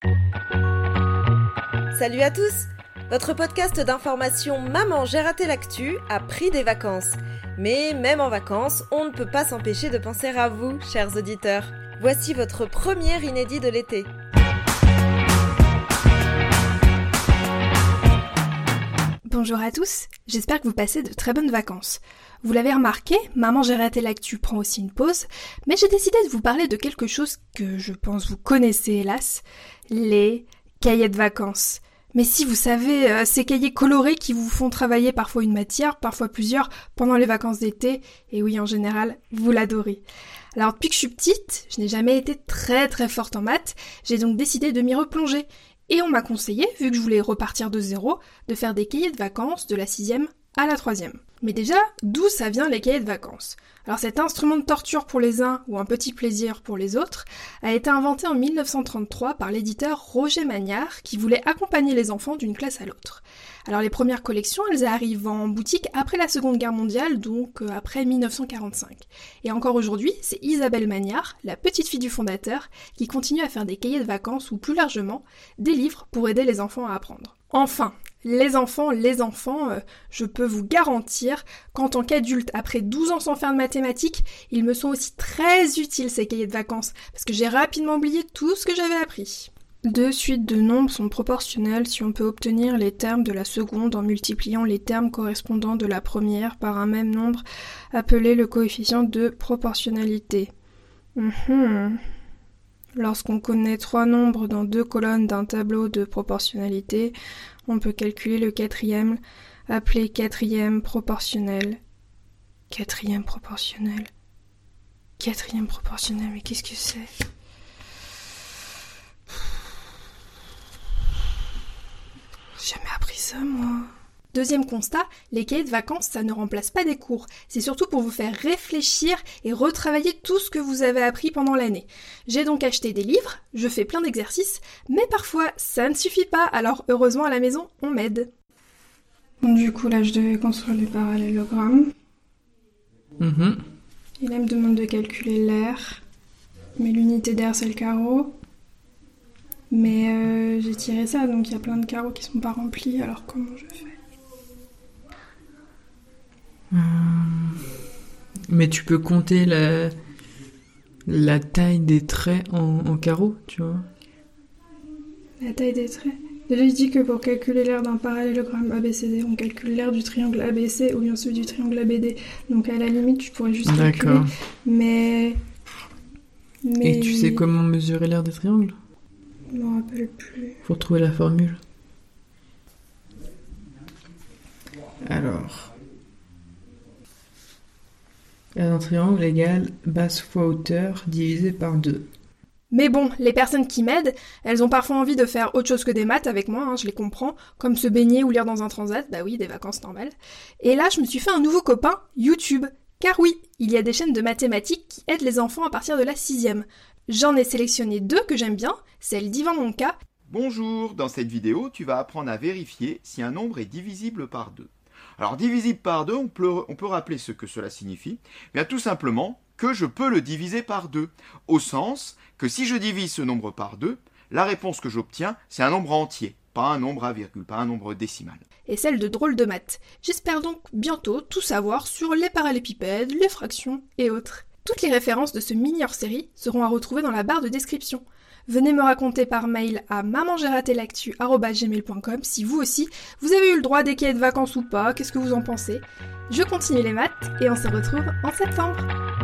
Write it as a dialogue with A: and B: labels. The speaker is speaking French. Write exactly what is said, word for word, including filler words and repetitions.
A: Salut à tous! Votre podcast d'information Maman j'ai raté l'actu a pris des vacances. Mais même en vacances, on ne peut pas s'empêcher de penser à vous, chers auditeurs. Voici votre première inédit de l'été.
B: Bonjour à tous, j'espère que vous passez de très bonnes vacances. Vous l'avez remarqué, Maman j'ai raté l'actu prend aussi une pause, mais j'ai décidé de vous parler de quelque chose que je pense vous connaissez hélas, les cahiers de vacances. Mais si vous savez, euh, ces cahiers colorés qui vous font travailler parfois une matière, parfois plusieurs, pendant les vacances d'été, et oui en général, vous l'adorez. Alors depuis que je suis petite, je n'ai jamais été très très forte en maths, j'ai donc décidé de m'y replonger. Et on m'a conseillé, vu que je voulais repartir de zéro, de faire des cahiers de vacances de la sixième à la troisième. Mais déjà, d'où ça vient les cahiers de vacances? Alors cet instrument de torture pour les uns ou un petit plaisir pour les autres a été inventé en mille neuf cent trente-trois par l'éditeur Roger Magnard qui voulait accompagner les enfants d'une classe à l'autre. Alors les premières collections, elles arrivent en boutique après la Seconde Guerre mondiale, donc euh, après mille neuf cent quarante-cinq. Et encore aujourd'hui, c'est Isabelle Magnard, la petite fille du fondateur, qui continue à faire des cahiers de vacances ou plus largement, des livres pour aider les enfants à apprendre. Enfin, les enfants, les enfants, euh, je peux vous garantir qu'en tant qu'adulte, après douze ans sans faire de mathématiques, ils me sont aussi très utiles ces cahiers de vacances, parce que j'ai rapidement oublié tout ce que j'avais appris. Deux suites de nombres sont proportionnelles si on peut obtenir les termes de la seconde en multipliant les termes correspondants de la première par un même nombre appelé le coefficient de proportionnalité. Mmh. Lorsqu'on connaît trois nombres dans deux colonnes d'un tableau de proportionnalité, on peut calculer le quatrième, appelé quatrième proportionnel. Quatrième proportionnel. Quatrième proportionnel, mais qu'est-ce que c'est ? J'ai jamais appris ça, moi. Deuxième constat, les cahiers de vacances, ça ne remplace pas des cours. C'est surtout pour vous faire réfléchir et retravailler tout ce que vous avez appris pendant l'année. J'ai donc acheté des livres, je fais plein d'exercices, mais parfois ça ne suffit pas, alors heureusement à la maison, on m'aide. Bon, du coup, là, je devais construire les parallélogrammes.
C: Mmh.
B: Et là, il me demande de calculer l'air. Mais l'unité d'air, c'est le carreau. Mais euh, j'ai tiré ça, donc il y a plein de carreaux qui sont pas remplis, alors comment je fais ?
C: Hum... Mais tu peux compter la, la taille des traits en, en carreaux, tu vois ?
B: La taille des traits ? Déjà, je dis que pour calculer l'aire d'un parallélogramme A B C D, on calcule l'aire du triangle A B C ou bien celui du triangle A B D. Donc à la limite, je pourrais juste calculer.
C: D'accord.
B: Mais... mais...
C: Et tu sais comment mesurer l'aire des triangles ?
B: Je m'en rappelle plus.
C: Faut trouver la formule. Alors... l'aire d'un triangle égale base fois hauteur divisé par deux.
B: Mais bon, les personnes qui m'aident, elles ont parfois envie de faire autre chose que des maths avec moi, hein, je les comprends, comme se baigner ou lire dans un transat, bah oui, des vacances normales. Et là, je me suis fait un nouveau copain, YouTube. Car oui, il y a des chaînes de mathématiques qui aident les enfants à partir de la sixième. J'en ai sélectionné deux que j'aime bien, celle d'Yvan Monka.
D: Bonjour, dans cette vidéo, tu vas apprendre à vérifier si un nombre est divisible par deux. Alors, divisible par deux, on peut, on peut rappeler ce que cela signifie. Bien, tout simplement que je peux le diviser par deux, au sens que si je divise ce nombre par deux, la réponse que j'obtiens, c'est un nombre entier, pas un nombre à virgule, pas un nombre décimal.
B: Et celle de drôle de maths. J'espère donc bientôt tout savoir sur les parallépipèdes, les fractions et autres. Toutes les références de ce mini hors-série seront à retrouver dans la barre de description. Venez me raconter par mail à maman j'ai raté l'actu arobase gmail point com si vous aussi, vous avez eu le droit des cahiers de vacances ou pas, qu'est-ce que vous en pensez ? Je continue les maths et on se retrouve en septembre.